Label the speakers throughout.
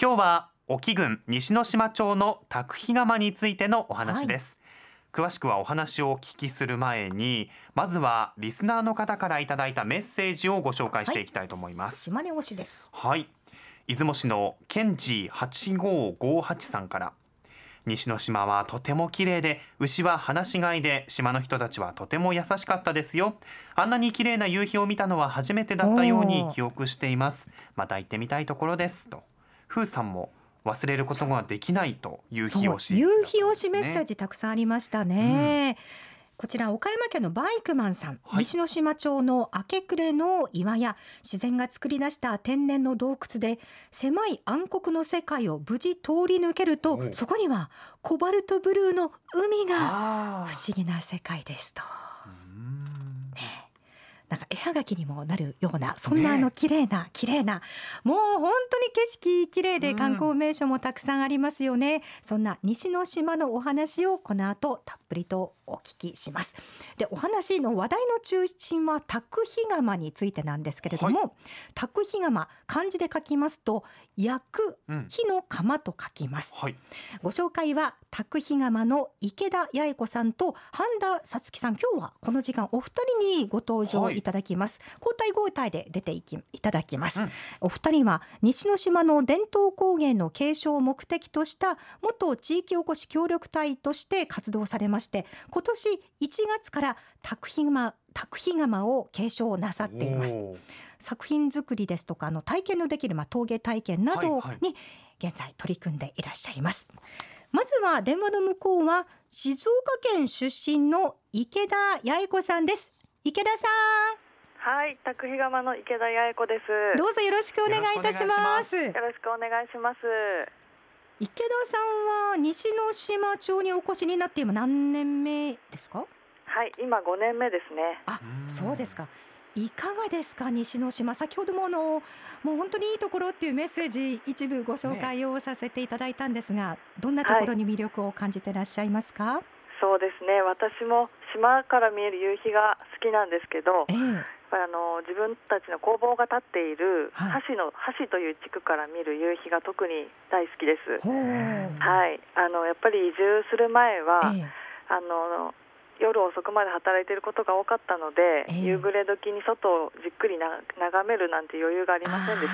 Speaker 1: 今日は隠岐郡西ノ島町の卓飛釜についてのお話です、詳しくはお話をお聞きする前に、まずはリスナーの方からいただいたメッセージをご紹介していきたいと思います。
Speaker 2: 島根推しです。
Speaker 1: 出雲市のケンジー8558さんから、西ノ島はとても綺麗で、牛は放し飼いで、島の人たちはとても優しかったですよ。あんなに綺麗な夕日を見たのは初めてだったように記憶しています。また行ってみたいところですと。ふうさんも忘れることができないと夕日推し、
Speaker 2: 夕日推しメッセージたくさんありましたね、こちら岡山県のバイクマンさん、西ノ島町の明け暮れの岩や自然が作り出した天然の洞窟で狭い暗黒の世界を無事通り抜けると、そこにはコバルトブルーの海が不思議な世界ですと、なんか絵はがきにもなるような、そんな綺麗なもう本当に景色綺麗で観光名所もたくさんありますよね、そんな西ノ島のお話をこの後たっぷりとお聞きします。で、お話の話題の中心は卓飛釜についてなんですけれども、卓飛釜、漢字で書きますと焼く火の釜と書きます、ご紹介は卓飛釜の池田八重子さんと半田さつきさん、今日はこの時間お二人にご登場いただきます、交代で出ていただきます、お二人は西ノ島の伝統工芸の継承を目的とした元地域おこし協力隊として活動されまして、今年1月から卓飛釜を継承なさっています。作品作りですとか体験のできる陶芸体験などに現在取り組んでいらっしゃいます。まずは電話の向こうは静岡県出身の池田八重子さんです。池田さん。
Speaker 3: 卓飛釜の池田八重子です。
Speaker 2: どうぞよろしくお願いいたします。
Speaker 3: よろしくお願いします。
Speaker 2: 池田さんは西ノ島町にお越しになって今何年目ですか？
Speaker 3: 今5年目ですね。
Speaker 2: そうですか。いかがですか、西ノ島。先ほどももう本当にいいところっていうメッセージ一部ご紹介をさせていただいたんですが、どんなところに魅力を感じていらっしゃいますか？
Speaker 3: そうですね、私も島から見える夕日が好きなんですけど、自分たちの工房が建っている橋という地区から見る夕日が特に大好きです。やっぱり移住する前は、夜遅くまで働いていることが多かったので、夕暮れ時に外をじっくり眺めるなんて余裕がありませんでした。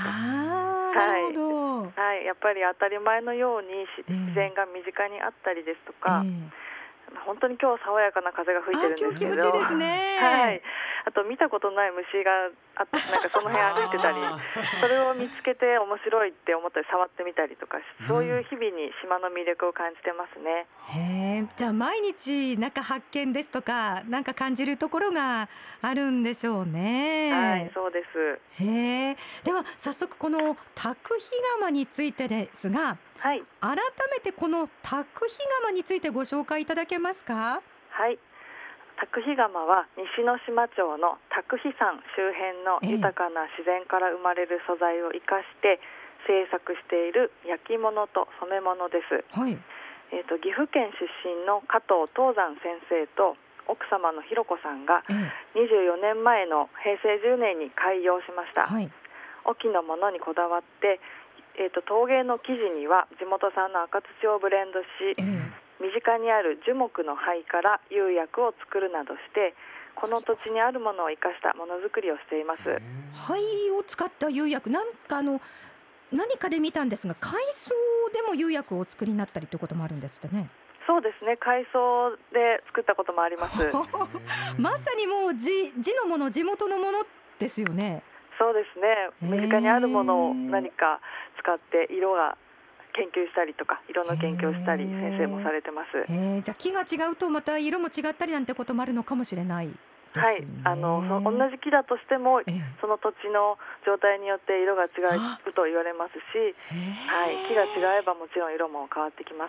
Speaker 3: やっぱり当たり前のように自然が身近にあったりですとか、本当に今日爽やかな風が吹いてるんですけど、
Speaker 2: 今日気持ちいいですね。
Speaker 3: あと見たことない虫があって、その辺歩いてたりそれを見つけて面白いって思ったり触ってみたりとか、そういう日々に島の魅力を感じてますね。
Speaker 2: じゃあ毎日発見ですとか感じるところがあるんでしょうね。
Speaker 3: そうです。
Speaker 2: では早速この卓飛釜についてですが、改めてこの卓飛釜についてご紹介いただけますか？
Speaker 3: 卓飛釜は西ノ島町の卓飛山周辺の豊かな自然から生まれる素材を生かして制作している焼き物と染め物です。岐阜県出身の加藤東山先生と奥様のひろこさんが24年前の平成10年に開業しました。隠岐のものにこだわって、陶芸の生地には地元産の赤土をブレンドし、身近にある樹木の灰から釉薬を作るなどして、この土地にあるものを生かしたものづくりをしています。
Speaker 2: 灰を使った釉薬、何かで見たんですが、海藻でも釉薬をお作りになったりということもあるんですってね。
Speaker 3: そうですね、海藻で作ったこともあります
Speaker 2: まさにもう地のもの、地元のものですよね。
Speaker 3: そうですね、身近にあるものを何か使って色が研究したりとか、色の研究をしたり先生もされてます。
Speaker 2: じゃあ木が違うとまた色も違ったりなんてこともあるのかもしれないですね。
Speaker 3: 同じ木だとしても、その土地の状態によって色が違うと言われますし、木が違えばもちろん色も変わってきます。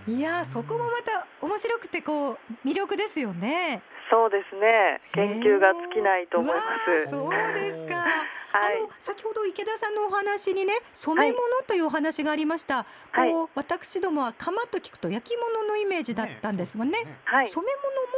Speaker 2: いや、そこもまた面白くて魅力ですよね。
Speaker 3: そうですね、研究が尽きないと思います。
Speaker 2: そうですか。先ほど池田さんのお話にね、染め物というお話がありました。私どもは釜と聞くと焼き物のイメージだったんですがね、染め物も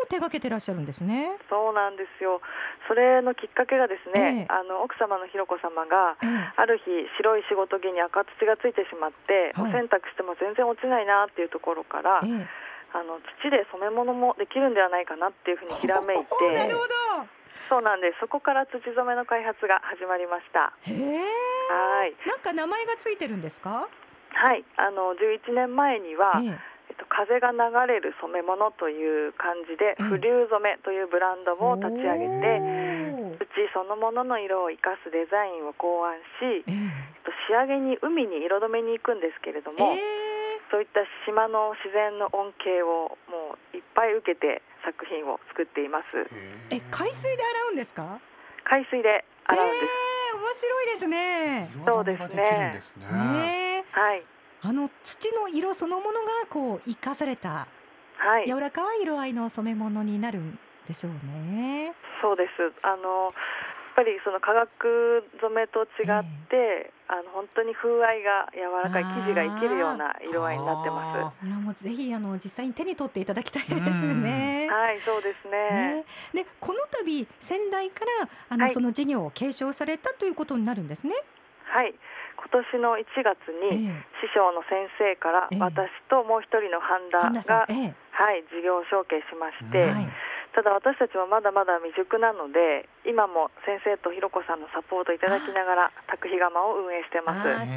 Speaker 2: を手掛けてらっしゃるんですね。
Speaker 3: そうなんですよ。それのきっかけがですね、奥様のひろこ様が、ある日白い仕事着に赤土がついてしまって、お洗濯しても全然落ちないなっていうところから、土で染め物もできるんではないかなっていうふうにひらめいて
Speaker 2: なるほど。
Speaker 3: そうなんです。そこから土染めの開発が始まりました。
Speaker 2: へー。
Speaker 3: はい。
Speaker 2: なんか名前がついてるんですか？
Speaker 3: はい、11年前には、風が流れる染め物という感じで、風流染めというブランドを立ち上げて、土そのものの色を生かすデザインを考案し、仕上げに海に色染めに行くんですけれども、そういった島の自然の恩恵をもういっぱい受けて作品を作っています。
Speaker 2: 海水で洗うんですか？
Speaker 3: 海水で洗うんです。
Speaker 2: 面白いですね。
Speaker 1: 色染めができるんですね。
Speaker 3: はい。
Speaker 2: 土の色そのものがこう生かされた、柔らかい色合いの染め物になるんでしょうね。
Speaker 3: そうです。やっぱりその化学染めと違って、本当に風合いが柔らかい生地が生きるような色合いになってます。
Speaker 2: いやもうぜひ実際に手に取っていただきたいですね。
Speaker 3: はい、そうですね。
Speaker 2: でこの度先代からその事業を継承されたということになるんですね。
Speaker 3: はい。今年の1月に師匠の先生から私ともう一人の半田が、事業承継しまして、ただ私たちもまだまだ未熟なので、今も先生とひろこさんのサポートいただきながら宅火釜を運営してます。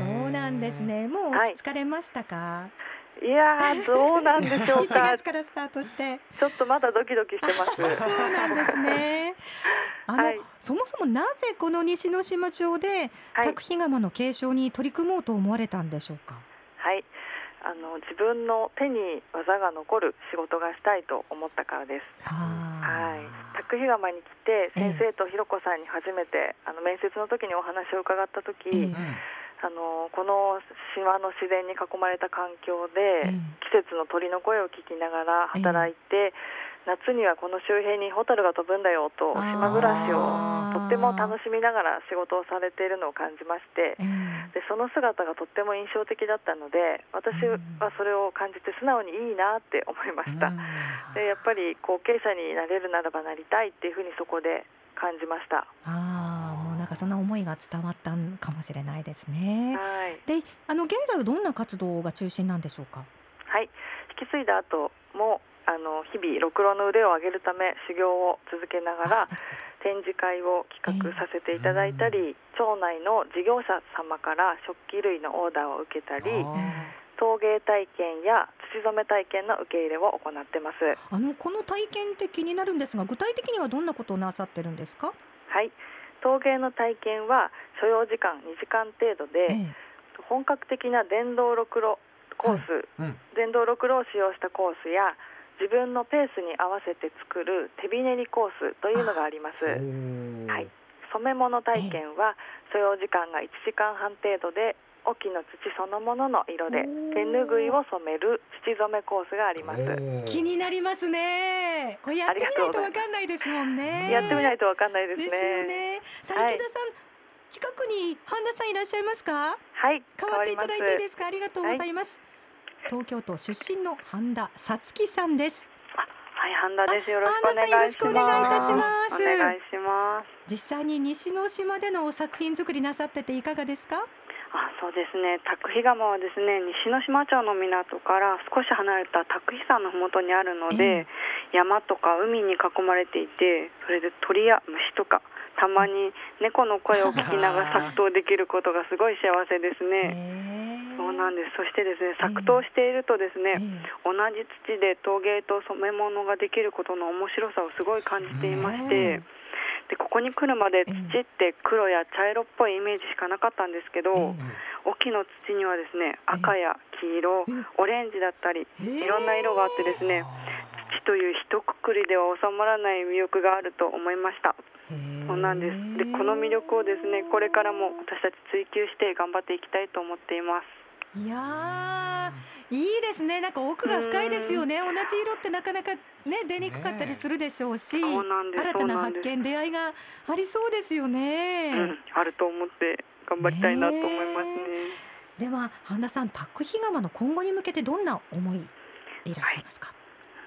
Speaker 2: そうなんですね。もう落ち着かれましたか？
Speaker 3: いやー、どうなんでしょうか。
Speaker 2: 1月からスタートして
Speaker 3: ちょっとまだドキドキしてます。
Speaker 2: そうなんですね。そもそもなぜこの西ノ島町で宅火釜の継承に取り組もうと思われたんでしょうか？
Speaker 3: はい、自分の手に技が残る仕事がしたいと思ったからです。宅火釜に来て先生とひろこさんに初めて面接の時にお話を伺った時、この島の自然に囲まれた環境で、季節の鳥の声を聞きながら働いて、夏にはこの周辺にホタルが飛ぶんだよと島暮らしをとっても楽しみながら仕事をされているのを感じまして、でその姿がとっても印象的だったので、私はそれを感じて素直にいいなって思いました。でやっぱり後継者になれるならばなりたいっていうふうにそこで感じました。
Speaker 2: もうなんかそんな思いが伝わったかもしれないですね。で現在はどんな活動が中心なんでしょうか？はい、
Speaker 3: 引き継いだ後も日々ろくろの腕を上げるため修行を続けながら展示会を企画させていただいたり、町内の事業者様から食器類のオーダーを受けたり、陶芸体験や土染め体験の受け入れを行ってます。
Speaker 2: この体験って気になるんですが、具体的にはどんなことをなさってるんですか？
Speaker 3: はい、陶芸の体験は所要時間2時間程度で、本格的な電動ろくろコース、電動ろくろを使用したコースや自分のペースに合わせて作る手びねりコースというのがあります。染め物体験は所要時間が1時間半程度で、沖の土そのものの色で手ぬぐいを染める土染めコースがあります。
Speaker 2: 気になりますね。これやってみないとわかんないですもんね。
Speaker 3: やってみないとわかんないですね。
Speaker 2: ですよね。池田さん、近くに半田さんいらっしゃいますか？
Speaker 3: はい、
Speaker 2: 代わっていただいていいですか？ありがとうございます。東京都出身の半田さつきさんです。
Speaker 3: はい、半田です。よろしくお願いします。
Speaker 2: お願いいたします。
Speaker 3: お願いします。
Speaker 2: 実際に西ノ島での作品作りなさってていかがですか？
Speaker 3: そうですね。宅火釜はですね、西ノ島町の港から少し離れた宅火山のふもとにあるので、山とか海に囲まれていて、それで鳥や虫とかたまに猫の声を聞きながら作陶できることがすごい幸せですね。そうなんです。そしてですね、作陶しているとですね、同じ土で陶芸と染め物ができることの面白さをすごい感じていまして、でここに来るまで土って黒や茶色っぽいイメージしかなかったんですけど、沖の土にはですね、赤や黄色、オレンジだったりいろんな色があってですね、土という一括りでは収まらない魅力があると思いました。そうなんです。でこの魅力をですね、これからも私たち追求して頑張っていきたいと思っています。
Speaker 2: いやいいですね。なんか奥が深いですよね。同じ色ってなかなかね出にくかったりするでしょうし、新たな発見出会いがありそうですよね。
Speaker 3: あると思って頑張りたいなと思いますね。
Speaker 2: では半田さん、宅火釜の今後に向けてどんな思いでいらっしゃいますか？
Speaker 3: はい、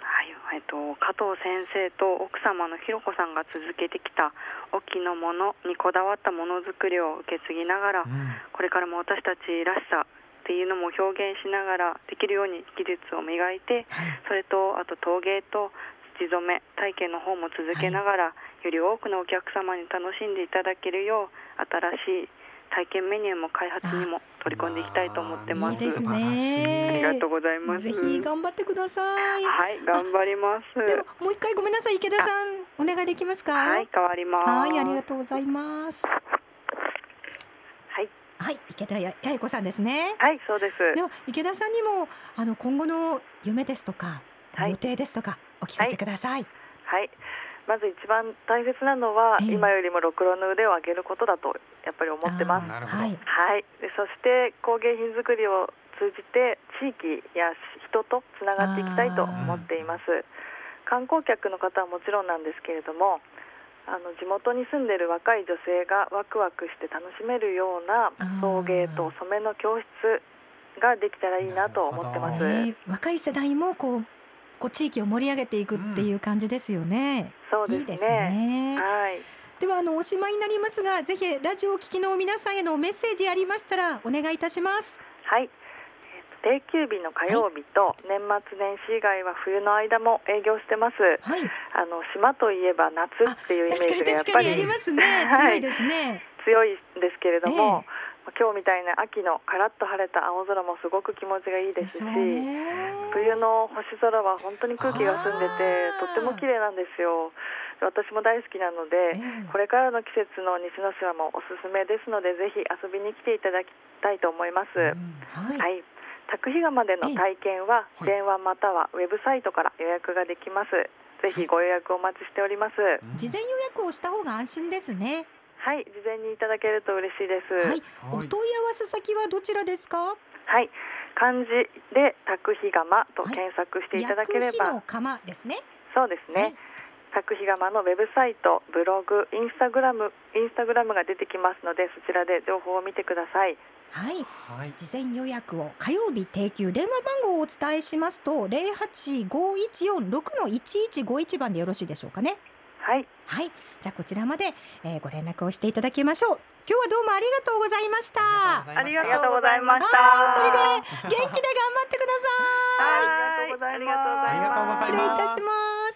Speaker 3: 加藤先生と奥様のひろこさんが続けてきた沖のものにこだわったものづくりを受け継ぎながら、これからも私たちらしさっていうのも表現しながらできるように技術を磨いて、それとあと陶芸と土染め体験の方も続けながら、より多くのお客様に楽しんでいただけるよう新しい体験メニューも開発にも取り込んでいきたいと思ってます。
Speaker 2: いいですね。
Speaker 3: ありがとうございます。
Speaker 2: ぜひ頑張ってください。
Speaker 3: はい、頑張ります。
Speaker 2: でももう一回ごめんなさい、池田さんお願いできますか。
Speaker 3: はい、変わります。
Speaker 2: はい、ありがとうございます。
Speaker 3: はい、
Speaker 2: はい、池田八重子さんですね。
Speaker 3: はい、そうです。
Speaker 2: では池田さんにも今後の夢ですとか、予定ですとかお聞かせください。
Speaker 3: はい、まず一番大切なのは、今よりもろくろの腕を上げることだとやっぱり思ってます。
Speaker 1: なるほど。
Speaker 3: はい、でそして工芸品作りを通じて地域や人とつながっていきたいと思っています。観光客の方はもちろんなんですけれども、地元に住んでいる若い女性がワクワクして楽しめるような送迎と染めの教室ができたらいいなと思ってます。
Speaker 2: 若い世代もこう地域を盛り上げていくっていう感じですよね。
Speaker 3: そうですね。
Speaker 2: いいですね。
Speaker 3: はい。
Speaker 2: ではおしまいになりますが、ぜひラジオを聞きの皆さんへのメッセージありましたらお願いいたします。
Speaker 3: はい。定休日の火曜日と年末年始以外は冬の間も営業してます。
Speaker 2: はい。
Speaker 3: 島といえば夏っていうイメージがやっぱり
Speaker 2: ありますね。強いですね。
Speaker 3: 強いんですけれども、今日みたいな秋のカラッと晴れた青空もすごく気持ちがいいですし、冬の星空は本当に空気が澄んでてとっても綺麗なんですよ。私も大好きなので、これからの季節の西之島もおすすめですので、ぜひ遊びに来ていただきたいと思います。はい。宅日釜での体験は電話またはウェブサイトから予約ができます。ぜひご予約お待ちしております。
Speaker 2: 事前予約をした方が安心ですね。
Speaker 3: はい、事前にいただけると嬉しいです。
Speaker 2: はい、お問い合わせ先はどちらですか。
Speaker 3: はい、漢字で宅日釜と検索していただければ、
Speaker 2: 薬日の釜ですね。
Speaker 3: そうですね。宅日釜のウェブサイト、ブログ、インスタグラムが出てきますので、そちらで情報を見てください。
Speaker 2: はい、事前予約を火曜日定休、電話番号をお伝えしますと 08514-6-1151 番でよろしいでしょうかね。
Speaker 3: はい、
Speaker 2: はい、じゃあこちらまで、ご連絡をしていただきましょう。今日はどうもありがとうございました。
Speaker 3: ありがとうございました。
Speaker 2: 一人で元気で頑張ってください。
Speaker 3: ありがとうございます。
Speaker 2: 失礼いたします。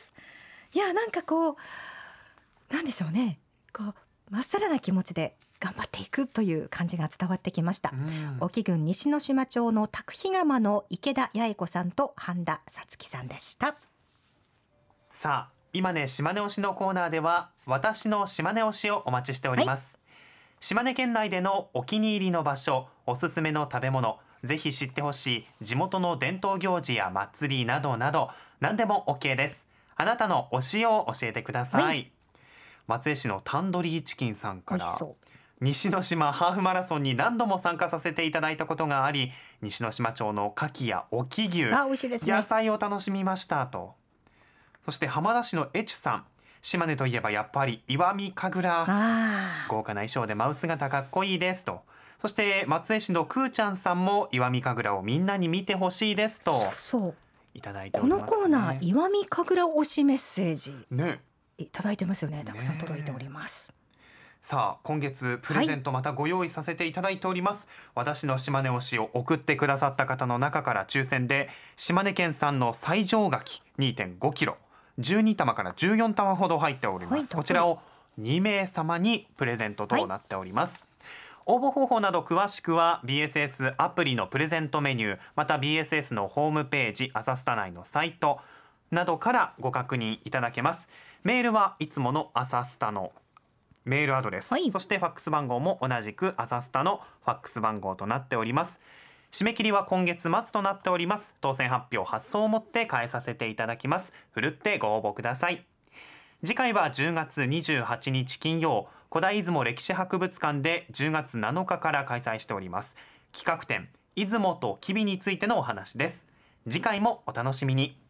Speaker 2: いや、なんかなんでしょうね、まっさらな気持ちで頑張っていくという感じが伝わってきました。沖郡西之島町の宅日釜の池田八重子さんと半田さつきさんでした。
Speaker 1: さあ、今ね島根推しのコーナーでは私の島根推しをお待ちしております。島根県内でのお気に入りの場所、おすすめの食べ物、ぜひ知ってほしい地元の伝統行事や祭りなどなど何でも OK です。あなたの推しを教えてください。松江市のタンドリーチキンさんから、西之島ハーフマラソンに何度も参加させていただいたことがあり、西之島町の牡蠣や沖牛、
Speaker 2: 美味しいですね、
Speaker 1: 野菜を楽しみましたと。そして浜田市のエチュさん、島根といえばやっぱり石見神楽、豪華な衣装で舞う姿かっこいいですと。そして松江市のくーちゃんさんも石見神楽をみんなに見てほしいですといただいておりますね。
Speaker 2: このコーナー石見神楽推しメッセージ
Speaker 1: ね
Speaker 2: いただいてますよね。たくさん届いております。
Speaker 1: さあ、今月プレゼントまたご用意させていただいております。私の島根推しを送ってくださった方の中から抽選で島根県産の西条柿 2.5 キロ12玉から14玉ほど入っております。こちらを2名様にプレゼントとなっております。応募方法など詳しくは BSS アプリのプレゼントメニュー、また BSS のホームページ、朝スタ内のサイトなどからご確認いただけます。メールはいつもの朝スタのメールアドレス、そしてファックス番号も同じく朝スタのファックス番号となっております。締め切りは今月末となっております。当選発表発送をもって返させていただきます。ふるってご応募ください。次回は10月28日金曜、古代出雲歴史博物館で10月7日から開催しております企画展出雲と吉備についてのお話です。次回もお楽しみに。